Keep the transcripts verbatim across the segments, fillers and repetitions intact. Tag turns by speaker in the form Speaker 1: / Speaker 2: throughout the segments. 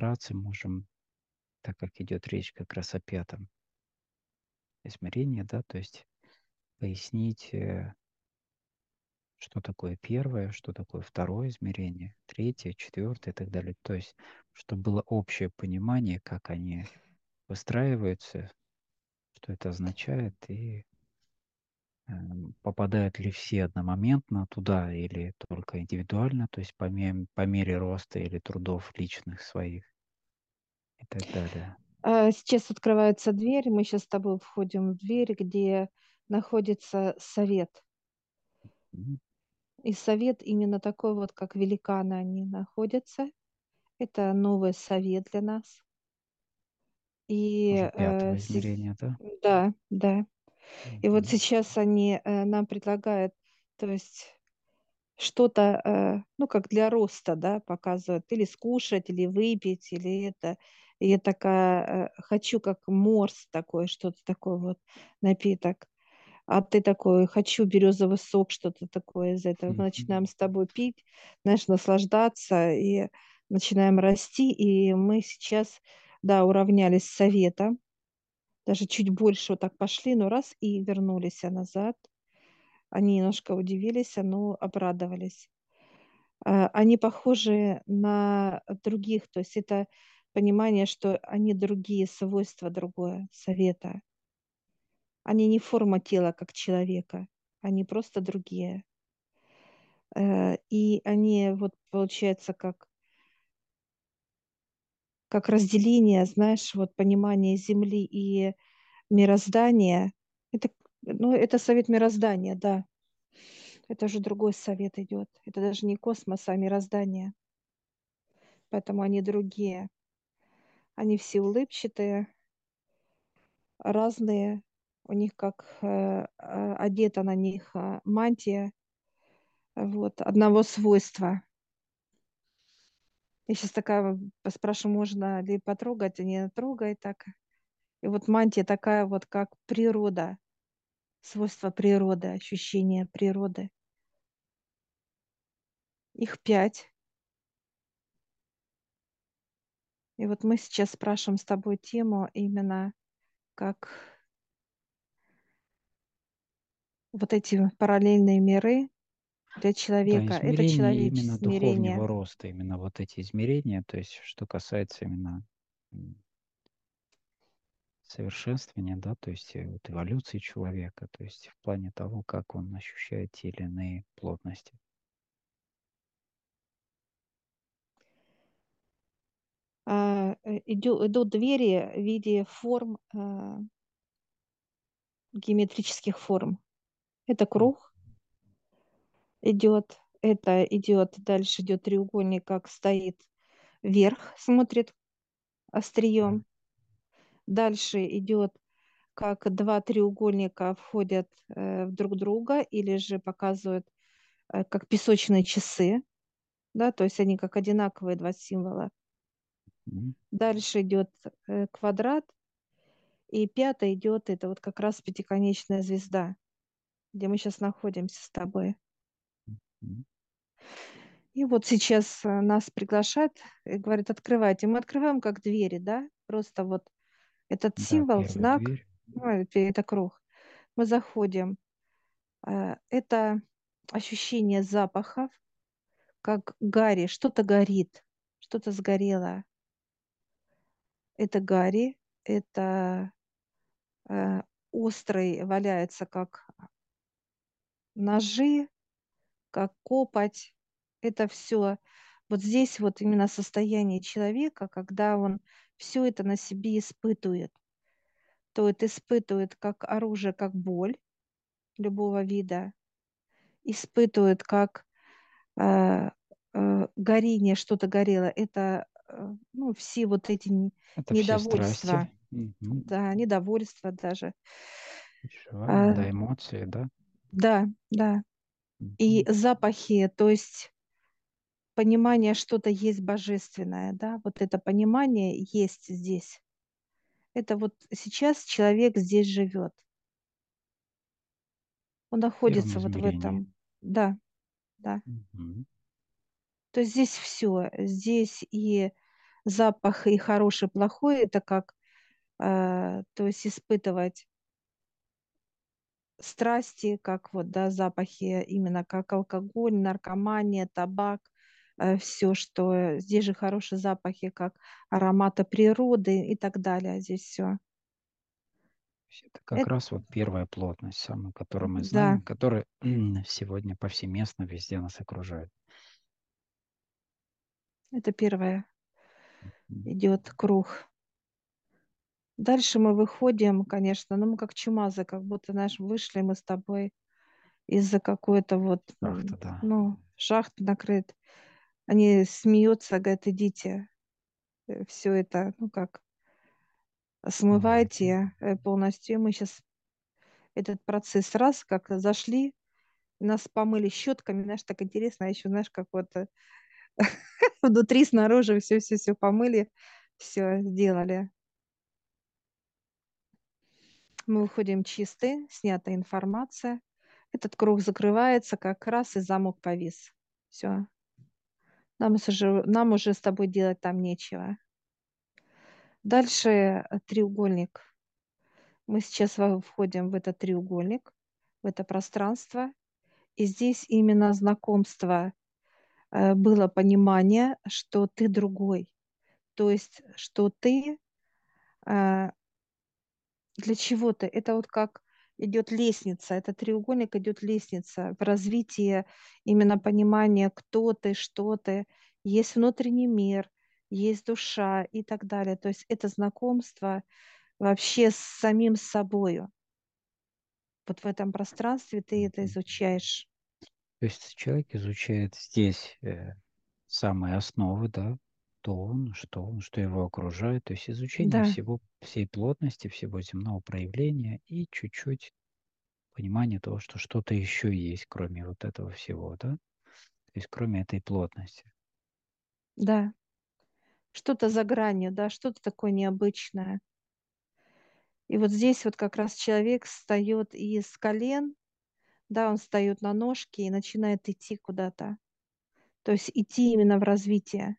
Speaker 1: вкратце можем, так как идет речь как раз о пятом измерении, да, то есть пояснить, э, что такое первое, что такое второе измерение, третье, четвертое и так далее. То есть, чтобы было общее понимание, как они выстраиваются, что это означает и эм, попадают ли все одномоментно туда или только индивидуально, то есть по, ме- по мере роста или трудов личных своих и так далее.
Speaker 2: А, Сейчас открывается дверь, мы сейчас с тобой входим в дверь, где находится совет.
Speaker 1: М,
Speaker 2: И совет именно такой вот, как великаны они находятся. Это новый совет для нас. И
Speaker 1: Уже
Speaker 2: э,
Speaker 1: пятого
Speaker 2: се-
Speaker 1: измерения, да?
Speaker 2: да, да. И вот
Speaker 1: Мгм.
Speaker 2: сейчас они э, нам предлагают, то есть что-то, э, ну, как для роста, да, показывают, или скушать, или выпить, или это. И я такая, э, хочу как морс такой, что-то такое вот, напиток. А ты такой, хочу березовый сок, что-то такое из этого. Мы начинаем
Speaker 1: Мгм.
Speaker 2: с тобой пить, знаешь, наслаждаться, и начинаем расти. И мы сейчас, да, уравнялись с советом, даже чуть больше вот так пошли, но раз и вернулись назад. Они немножко удивились, но обрадовались. А, Они похожи на других, то есть это понимание, что они другие, свойства другое, совета. Они не форма тела, как человека, они просто другие. Э, И они вот получается как, как разделение, знаешь, вот понимание Земли и мироздания. Это, ну, это совет мироздания, да. Это уже другой совет идет. Это даже не космос, а мироздание. Поэтому они другие. Они все улыбчатые, разные. У них как э, э, одета на них э, мантия вот, одного свойства. Я сейчас такая поспрашиваю, можно ли потрогать, а не трогай так. И вот мантия такая вот, как природа, свойства природы, ощущение природы. Их пять. И вот мы сейчас спрашиваем с тобой тему именно как вот эти параллельные миры для
Speaker 1: Да,
Speaker 2: человека. Это
Speaker 1: измерения
Speaker 2: человеческое
Speaker 1: именно
Speaker 2: измерение.
Speaker 1: духовного роста, именно вот эти измерения, то есть что касается именно м, совершенствования, да, то есть э, вот эволюции человека, то есть в плане того, как он ощущает те или иные плотности.
Speaker 2: А, э, идё- идут двери в виде форм, а, геометрических форм. Это
Speaker 1: М,
Speaker 2: круг идет, это идет, дальше идет треугольник, как стоит вверх, смотрит
Speaker 1: да.
Speaker 2: острием. Дальше идет, как два треугольника входят э, в друг друга, или же показывают, э, как песочные часы, да, то есть они как одинаковые два символа.
Speaker 1: М,
Speaker 2: Дальше идет э, квадрат, и пятый идет, это вот как раз пятиконечная звезда, где мы сейчас находимся с тобой.
Speaker 1: м.
Speaker 2: И вот сейчас э, нас приглашают и говорят, открывайте. Мы открываем как двери, да, просто вот этот
Speaker 1: Да,
Speaker 2: символ,
Speaker 1: первая
Speaker 2: знак,
Speaker 1: дверь.
Speaker 2: ну, это это круг. Мы заходим. Э, Это ощущение запахов, как гари, что-то горит, что-то сгорело. Это гари, это э, острый валяется, как ножи, как копоть. Это все вот здесь вот именно состояние человека, когда он все это на себе испытывает. То это испытывает как оружие, как боль любого вида, испытывает как э, э, горение, что-то горело. Это э, ну, все вот эти н-
Speaker 1: Это все страсти,
Speaker 2: недовольства,
Speaker 1: мгм,
Speaker 2: да, недовольства даже.
Speaker 1: переживания,
Speaker 2: А,
Speaker 1: да, эмоции, да.
Speaker 2: да, да. И
Speaker 1: Мгм.
Speaker 2: запахи, то есть понимание, что-то есть божественное, да, вот это понимание есть здесь. Это вот сейчас человек здесь живет. Он
Speaker 1: В первом
Speaker 2: находится вот в
Speaker 1: измерении.
Speaker 2: этом. Да, да.
Speaker 1: Мгм.
Speaker 2: То есть здесь все. Здесь и запах и хороший, плохой, это как, э, то есть испытывать страсти, как вот, да, запахи, именно как алкоголь, наркомания, табак, все, что э, здесь же хорошие запахи, как ароматы природы и так далее. Здесь все.
Speaker 1: То есть это как раз вот первая плотность, самую, которую мы
Speaker 2: Да,
Speaker 1: знаем, которая сегодня повсеместно везде нас окружает.
Speaker 2: это первое
Speaker 1: М.
Speaker 2: идет круг. Дальше мы выходим, конечно, ну мы как чумазы, как будто, знаешь, вышли мы с тобой из-за какой-то вот,
Speaker 1: Шахта,
Speaker 2: м,
Speaker 1: да.
Speaker 2: ну, шахт накрыт. Они смеются, говорят, идите, все это, ну как,
Speaker 1: Смывайте.
Speaker 2: смывайте э, полностью. И мы сейчас этот процесс раз, как зашли, нас помыли щетками, знаешь, так интересно, а еще, знаешь, как вот э, внутри, снаружи все-все-все помыли, все сделали. Мы выходим чистые, снята информация. Этот круг закрывается, как раз и замок повис. Все. Нам уже, нам уже с тобой делать там нечего. Дальше э, треугольник. Мы сейчас во- входим в этот треугольник, в это пространство. И здесь именно знакомство, э, было понимание, что ты другой. То есть, что ты э, для чего-то. Это вот как идет лестница, это треугольник идет лестница в развитии именно понимания, кто ты, что ты. Есть внутренний мир, есть душа и так далее. То есть это знакомство вообще с самим собою. Вот в этом пространстве ты это
Speaker 1: Мгм.
Speaker 2: изучаешь.
Speaker 1: То есть человек изучает здесь э, самые основы, да, то он, что он, что его окружает, то есть изучение
Speaker 2: Да,
Speaker 1: всего, всей плотности, всего земного проявления и чуть-чуть понимание того, что что-то еще есть, кроме вот этого всего, да, то есть кроме этой плотности.
Speaker 2: да. Что-то за гранью, да, что-то такое необычное. И вот здесь вот как раз человек встает из колен, да, он встает на ножки и начинает идти куда-то. То есть идти именно в развитие,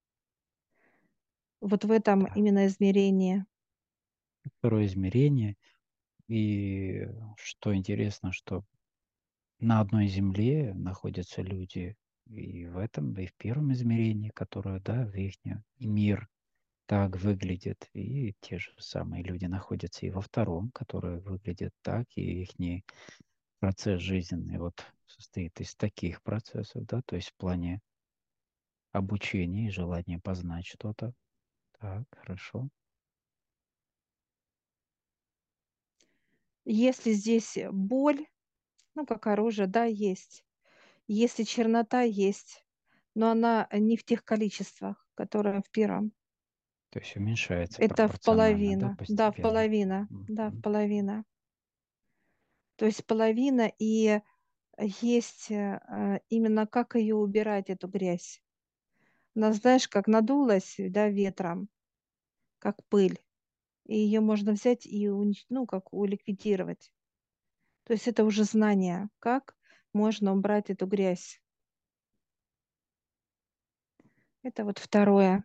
Speaker 2: вот в этом
Speaker 1: Да.
Speaker 2: именно измерении.
Speaker 1: Второе измерение. И что интересно, что на одной Земле находятся люди и в этом, и в первом измерении, которое, да, в их мир так выглядит, и те же самые люди находятся и во втором, который выглядит так, и их процесс жизненный вот состоит из таких процессов, да, то есть в плане обучения и желания познать что-то. Так, хорошо.
Speaker 2: Если здесь боль, ну, как оружие, да, есть. Если чернота есть, но она не в тех количествах, которые в первом.
Speaker 1: То есть уменьшается
Speaker 2: Это в
Speaker 1: пропорционально, да,
Speaker 2: половина, да, в
Speaker 1: постепенно.
Speaker 2: половина, да, в
Speaker 1: Мгм.
Speaker 2: половина. То есть половина, и есть э, э, именно как ее убирать, эту грязь. Она, знаешь, как надулась, да, ветром, как пыль. И ее можно взять и, унич- ну, как уликвидировать. То есть это уже знание, как можно убрать эту грязь. Это вот второе.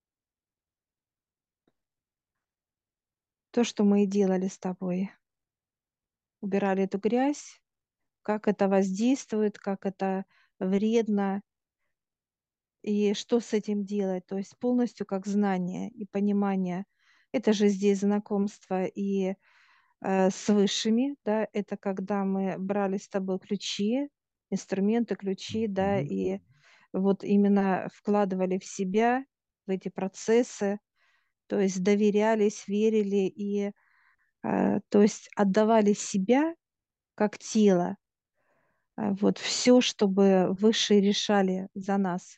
Speaker 2: То, что мы и делали с тобой. Убирали эту грязь, как это воздействует, как это вредно, и что с этим делать. То есть полностью как знание и понимание. Это же здесь знакомство и э, с высшими, да, это когда мы брали с тобой ключи, инструменты, ключи, да,
Speaker 1: Мгм.
Speaker 2: и вот именно вкладывали в себя, в эти процессы, то есть доверялись, верили и, э, то есть отдавали себя как тело, а, вот все, чтобы высшие решали за нас.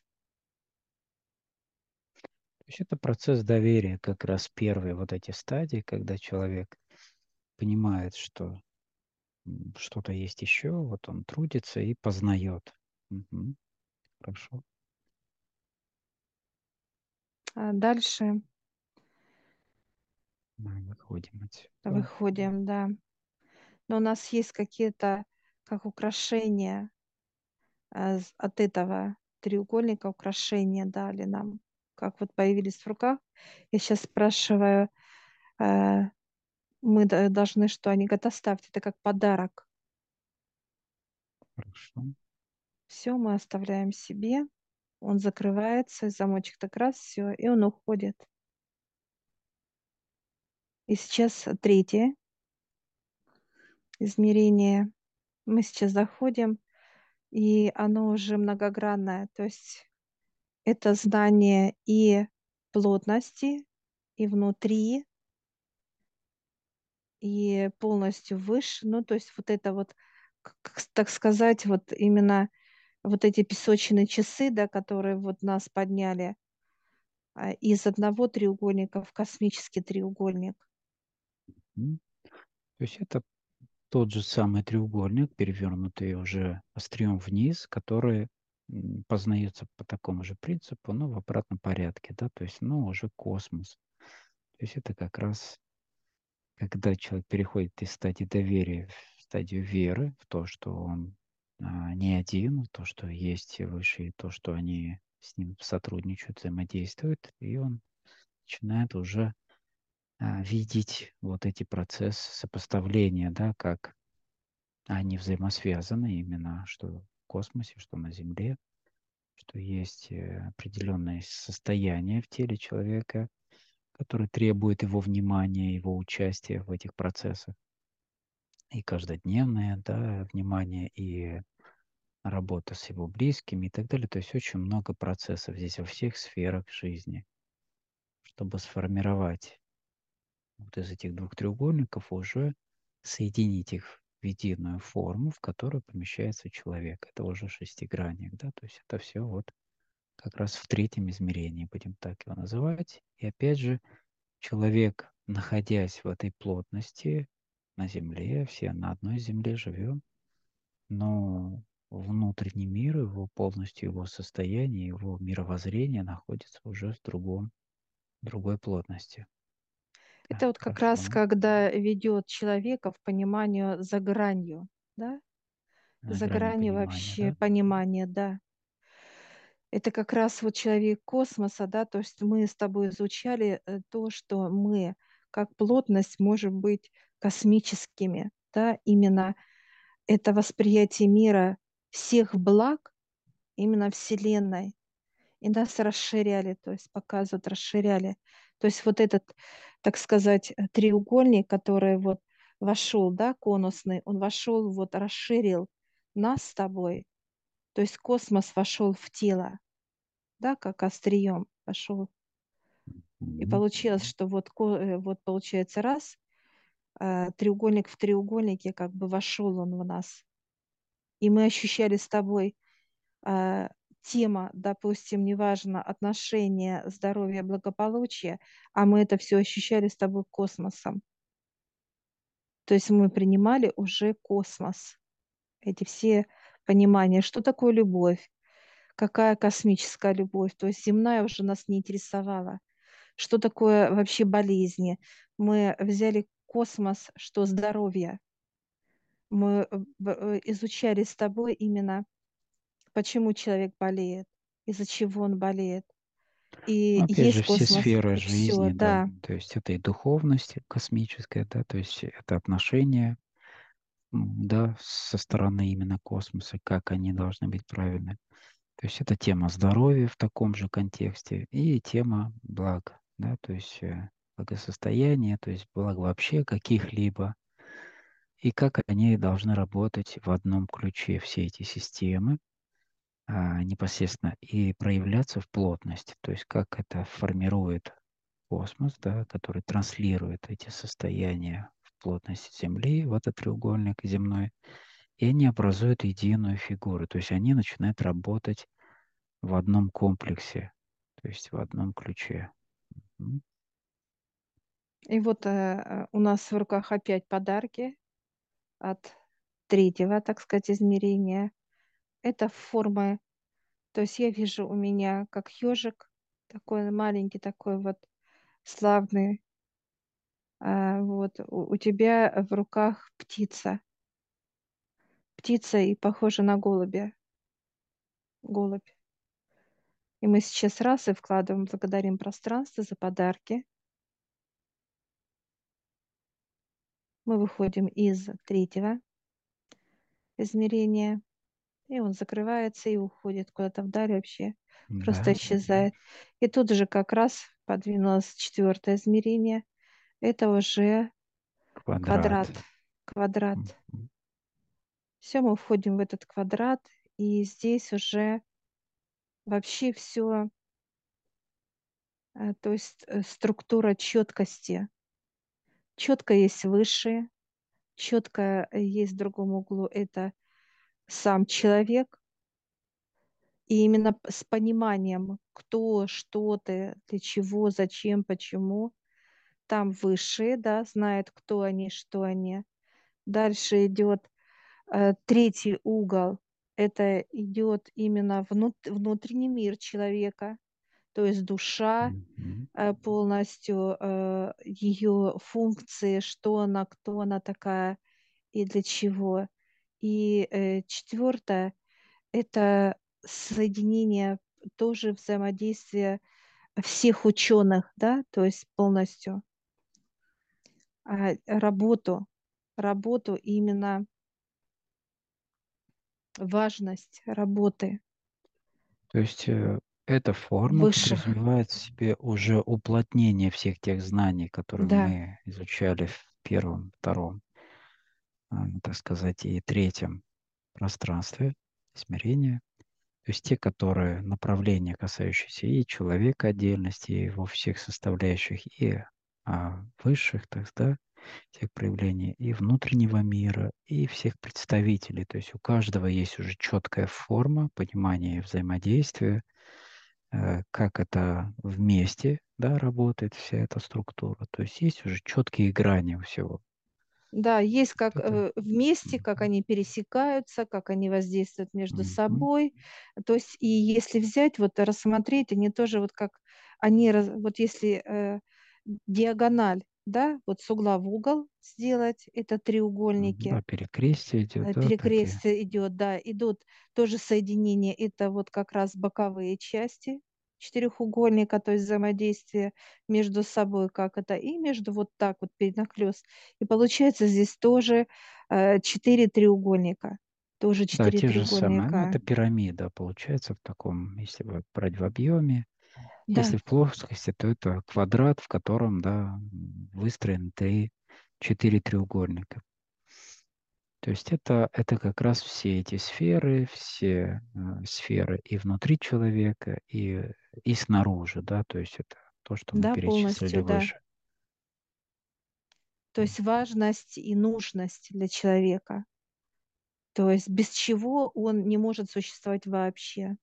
Speaker 1: То есть это процесс доверия, как раз первые вот эти стадии, когда человек понимает, что м, что-то есть еще, вот он трудится и познает. Мгм. Хорошо.
Speaker 2: А дальше
Speaker 1: Мы выходим отсюда.
Speaker 2: выходим, да. Но у нас есть какие-то как украшения, а, з- от этого треугольника украшения дали нам. как вот появились в руках. Я сейчас спрашиваю, э, мы д- должны что, они говорят, оставьте, это как подарок.
Speaker 1: Хорошо.
Speaker 2: Все, мы оставляем себе. Он закрывается, замочек так раз, все, и он уходит. И сейчас третье измерение. Мы сейчас заходим, и оно уже многогранное. То есть это знание и плотности, и внутри, и полностью выше. Ну, то есть вот это вот, к- к- так сказать, вот именно вот эти песочные часы, да, которые вот нас подняли а, из одного треугольника в космический треугольник.
Speaker 1: М. То есть это тот же самый треугольник, перевернутый уже острием вниз, который м, познается по такому же принципу, но в обратном порядке, да, то есть, ну, уже космос. То есть это как раз, когда человек переходит из стадии доверия в стадию веры, в то, что он а, не один, в то, что есть выше, и то, что они с ним сотрудничают, взаимодействуют, и он начинает уже а, видеть вот эти процессы сопоставления, да, как они взаимосвязаны именно, что в космосе, что на Земле, что есть э, определенное состояние в теле человека, которое требует его внимания, его участия в этих процессах. И каждодневное, да, внимание, и работа с его близкими и так далее. То есть очень много процессов здесь во всех сферах жизни, чтобы сформировать вот из этих двух треугольников уже соединить их в единую форму, в которую помещается человек. Это уже шестигранник, да, то есть это все вот как раз в третьем измерении, будем так его называть. И опять же, человек, находясь в этой плотности на Земле, все на одной Земле живем, но внутренний мир, его полностью его состояние, его мировоззрение находится уже в другом, другой плотности.
Speaker 2: Это
Speaker 1: Так,
Speaker 2: вот как раз
Speaker 1: хорошо.
Speaker 2: когда ведет человека в пониманию за гранью, да?
Speaker 1: На
Speaker 2: За
Speaker 1: грани
Speaker 2: гранью
Speaker 1: понимания,
Speaker 2: вообще
Speaker 1: да?
Speaker 2: понимания, да. Это как раз вот человек космоса, да, то есть мы с тобой изучали э, то, что мы как плотность можем быть космическими, да, именно это восприятие мира всех благ, именно Вселенной, и нас расширяли, то есть показывают, расширяли. То есть вот этот, так сказать, э, треугольник, который вот вошел, да, конусный, он вошел, вот расширил нас с тобой, то есть космос вошел в тело, да, как острием пошел. И
Speaker 1: Мгм.
Speaker 2: получилось, что вот, ко- э, вот получается раз, а, треугольник в треугольнике, как бы вошел он в нас. И мы ощущали с тобой а, тема, допустим, неважно, отношения, здоровье, благополучие, а мы это все ощущали с тобой космосом. То есть мы принимали уже космос, эти все понимания, что такое любовь, какая космическая любовь. То есть земная уже нас не интересовала. Что такое вообще болезни? Мы взяли космос, что здоровье. Мы э, б- э, изучали с тобой именно, почему человек болеет, из-за чего он болеет.
Speaker 1: Ну,
Speaker 2: И
Speaker 1: опять
Speaker 2: есть
Speaker 1: же, все
Speaker 2: космос,
Speaker 1: сферы
Speaker 2: все,
Speaker 1: жизни, да,
Speaker 2: да.
Speaker 1: то есть это и духовность космическая, да, то есть это отношения, м, да, со стороны именно космоса, как они должны быть правильны. То есть это тема здоровья в таком же контексте и тема благ, да, то есть э, благосостояния, то есть благ вообще каких-либо, и как они должны работать в одном ключе, все эти системы, а, непосредственно, и проявляться в плотности, то есть как это формирует космос, да, который транслирует эти состояния в плотности Земли, в этот треугольник земной, и они образуют единую фигуру, то есть они начинают работать в одном комплексе, то есть в одном ключе. М.
Speaker 2: И вот э, э, у нас в руках опять подарки от третьего, так сказать, измерения. Это формы, то есть я вижу у меня как ежик, такой маленький, такой вот славный. А, вот у, у тебя в руках птица, птица и похожа на голубя, голубь. И мы сейчас раз и вкладываем, благодарим пространство за подарки. Мы выходим из третьего измерения, и он закрывается и уходит куда-то вдаль вообще, просто
Speaker 1: Да,
Speaker 2: исчезает. И тут же как раз подвинулось четвертое измерение. Это уже
Speaker 1: квадрат.
Speaker 2: квадрат. Квадрат.
Speaker 1: Мгм.
Speaker 2: Все, мы входим в этот квадрат, и здесь уже вообще все, то есть э, структура четкости. Четко есть высшие, четко есть в другом углу это сам человек, и именно п- с пониманием, кто, что ты, для чего, зачем, почему. Там высшие, да, знают, кто они, что они. Дальше идет э, третий угол. Это идет именно внут- внутренний мир человека, то есть душа,
Speaker 1: Мгм.
Speaker 2: э, полностью э, ее функции, что она, кто она такая и для чего. И э, четвертое– это соединение, тоже взаимодействие всех ученых, да, то есть полностью а, работу, работу именно важность работы
Speaker 1: То есть э, эта форма
Speaker 2: высших.
Speaker 1: подразумевает в себе уже уплотнение всех тех знаний, которые
Speaker 2: Да,
Speaker 1: мы изучали в первом, втором, а, ну, так сказать, и третьем пространстве измерения. То есть те, которые направления, касающиеся и человека отдельности, и его всех составляющих, и а, высших, так да, всех проявлений, и внутреннего мира, и всех представителей. То есть у каждого есть уже четкая форма понимания и взаимодействия, э, как это вместе, да, работает вся эта структура. То есть есть уже четкие грани у всего.
Speaker 2: да, есть как
Speaker 1: Это.
Speaker 2: э, вместе, как
Speaker 1: Мгм.
Speaker 2: они пересекаются, как они воздействуют между
Speaker 1: Мгм.
Speaker 2: собой. То есть и если взять, вот рассмотреть, они тоже вот как они, раз- вот если э, диагональ, да, вот с угла в угол сделать, это
Speaker 1: Мгм.
Speaker 2: треугольники,
Speaker 1: Да, перекрестие идет,
Speaker 2: э,
Speaker 1: да, так и.
Speaker 2: перекрестие идет, да, идут тоже соединения, это вот как раз боковые части четырехугольника, то есть взаимодействие между собой, как это, и между вот так вот перенахлёст. И получается здесь тоже э, четыре треугольника, тоже
Speaker 1: Да,
Speaker 2: четыре
Speaker 1: те же самые. Ну, это
Speaker 2: треугольника.
Speaker 1: пирамида получается в таком, если вот брать в объеме.
Speaker 2: Да,
Speaker 1: Если в плоскости, то это квадрат, в котором, да, выстроены три, четыре треугольника. То есть это, это как раз все эти сферы, все э, сферы и внутри человека, и, и снаружи, да, то есть это то, что мы
Speaker 2: да,
Speaker 1: перечислили
Speaker 2: полностью, да.
Speaker 1: выше.
Speaker 2: То есть важность и нужность для человека. То есть без чего он не может существовать вообще.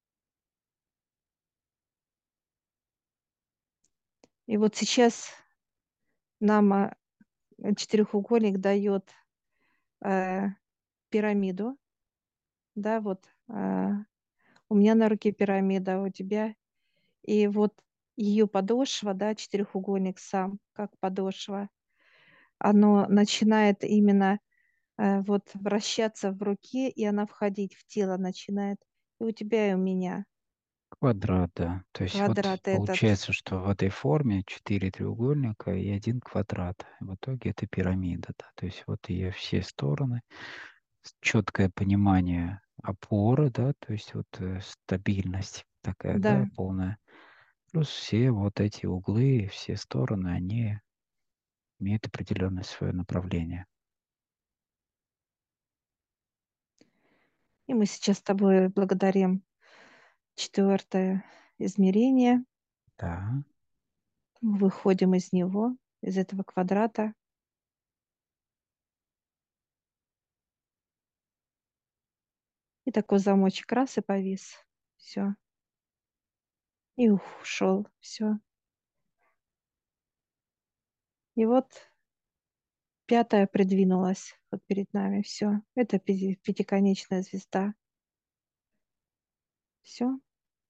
Speaker 2: И вот сейчас нам а, четырехугольник дает э, пирамиду, да, вот а, у меня на руке пирамида, у тебя, и вот ее подошва, да, четырехугольник сам, как подошва, оно начинает именно э, вот вращаться в руке, и она входить в тело начинает. И у тебя, и у меня
Speaker 1: Квадрат, да. То есть вот
Speaker 2: квадрат этот.
Speaker 1: получается, что в этой форме четыре треугольника и один квадрат. В итоге это пирамида, да. То есть вот ее все стороны, с- четкое понимание опоры, да, то есть вот э, стабильность такая, да,
Speaker 2: Да,
Speaker 1: полная. Плюс все вот эти углы, все стороны, они имеют определенное свое направление.
Speaker 2: и мы сейчас с тобой благодарим четвертое измерение.
Speaker 1: Да,
Speaker 2: Мы выходим из него, из этого квадрата. И такой замочек раз и повис. Все. И ушел. Все. И вот пятая придвинулась вот перед нами. Все. Это пяти- пятиконечная звезда. Все.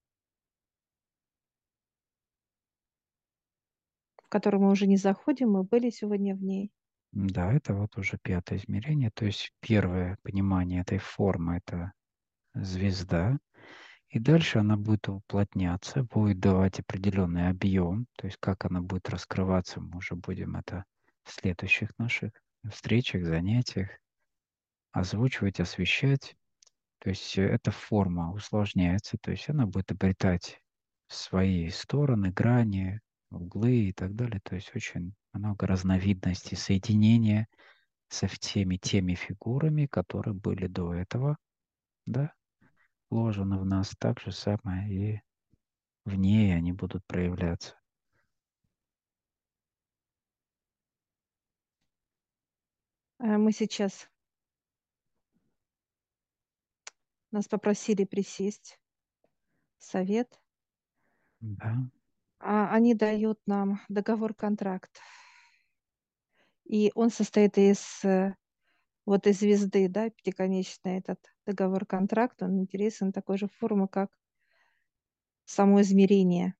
Speaker 2: В которую мы уже не заходим. Мы были сегодня в ней.
Speaker 1: да, это вот уже пятое измерение. То есть первое понимание этой формы — это звезда. И дальше она будет уплотняться, будет давать определенный объем. То есть как она будет раскрываться, мы уже будем это в следующих наших встречах, занятиях озвучивать, освещать. То есть эта форма усложняется, то есть она будет обретать свои стороны, грани, углы и так далее. То есть очень много разновидностей соединения со всеми теми фигурами, которые были до этого, да, вложены в нас. Так же самое и в ней они будут проявляться.
Speaker 2: Мы сейчас нас попросили присесть, совет.
Speaker 1: Да.
Speaker 2: А они дают нам договор-контракт. И он состоит из э, вот из звезды, да, пятиконечный этот договор-контракт. Он интересен такой же формы, как само измерение.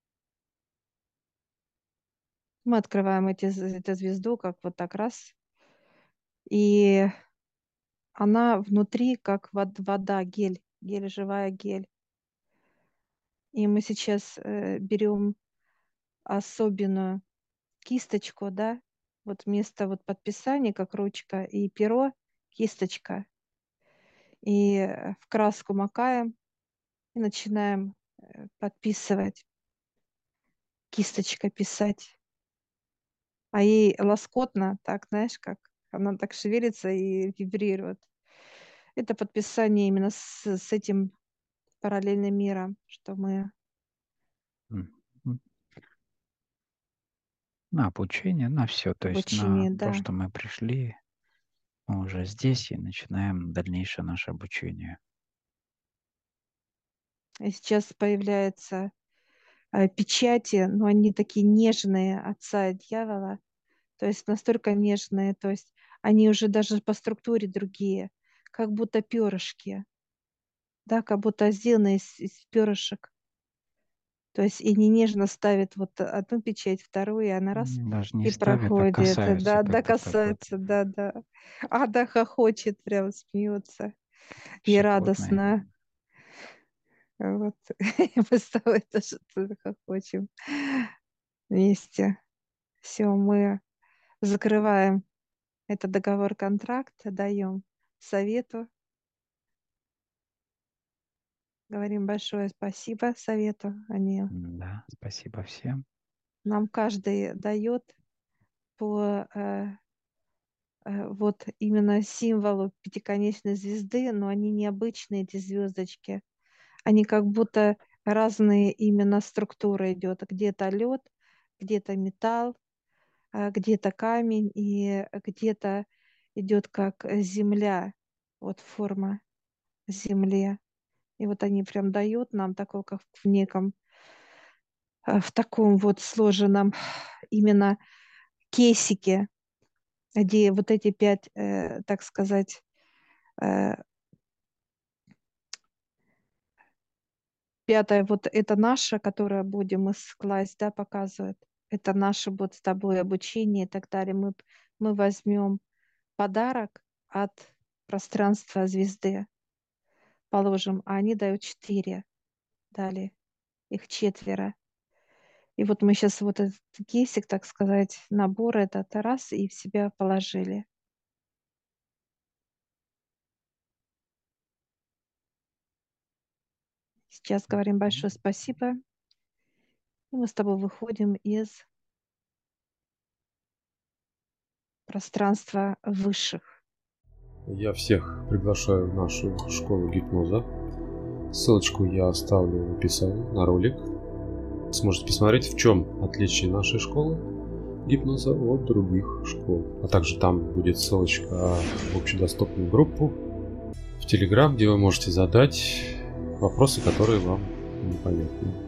Speaker 2: Мы открываем эти, з- эту звезду, как вот так раз, и она внутри, как вод- вода, гель, гель, живая гель. И мы сейчас э, берем особенную кисточку, да, вот вместо вот подписания, как ручка и перо, кисточка. И э, в краску макаем и начинаем э, подписывать, кисточкой писать. А ей лоскотно, так, знаешь, как она так шевелится и вибрирует. Это подписание именно с, с этим параллельным миром, что мы
Speaker 1: Мгм. На обучение, на все. То есть на
Speaker 2: обучение,
Speaker 1: то,
Speaker 2: да.
Speaker 1: что мы пришли, мы уже здесь и начинаем дальнейшее наше обучение.
Speaker 2: И сейчас появляются э, печати, но они такие нежные, отца и дьявола, то есть настолько нежные, то есть они уже даже по структуре другие, как будто перышки, да, как будто сделаны из, из перышек. То есть и не нежно ставит вот одну печать, вторую, и она раз
Speaker 1: М, Даже не
Speaker 2: и
Speaker 1: ставят, а
Speaker 2: проходит.
Speaker 1: касаются,
Speaker 2: Да,
Speaker 1: как
Speaker 2: да,
Speaker 1: будто бы
Speaker 2: касается, да, да. А, да, хохочет, прям смеется. И
Speaker 1: щекотные.
Speaker 2: радостно. Вот. Мы с тобой тоже тут хохочем вместе. Все, мы закрываем этот договор-контракт, даем совету, говорим большое спасибо совету. Они
Speaker 1: Да, спасибо всем.
Speaker 2: нам каждый дает по э, э, вот именно символу пятиконечной звезды, но они необычные, эти звездочки. Они как будто разные именно структуры идет. Где-то лед, где-то металл, а где-то камень и где-то идет как земля, вот форма земли. И вот они прям дают нам такое, как в неком, э, в таком вот сложенном именно кейсике, где вот эти пять, э, так сказать, э, пятое, вот это наша, которое будем мы класть, да, показывает. Это наше вот с тобой обучение и так далее. Мы, мы возьмем подарок от пространства звезды, положим, а они дают четыре, дали, их четверо. И вот мы сейчас вот этот кейсик, так сказать, набор этот раз и в себя положили. Сейчас говорим большое спасибо. И мы с тобой выходим из пространства высших.
Speaker 3: Я всех приглашаю в нашу школу гипноза. Ссылочку я оставлю в описании на ролик. Сможете посмотреть, в чем отличие нашей школы гипноза от других школ. А также там будет ссылочка в общедоступную группу в Telegram, где вы можете задать вопросы, которые вам непонятны.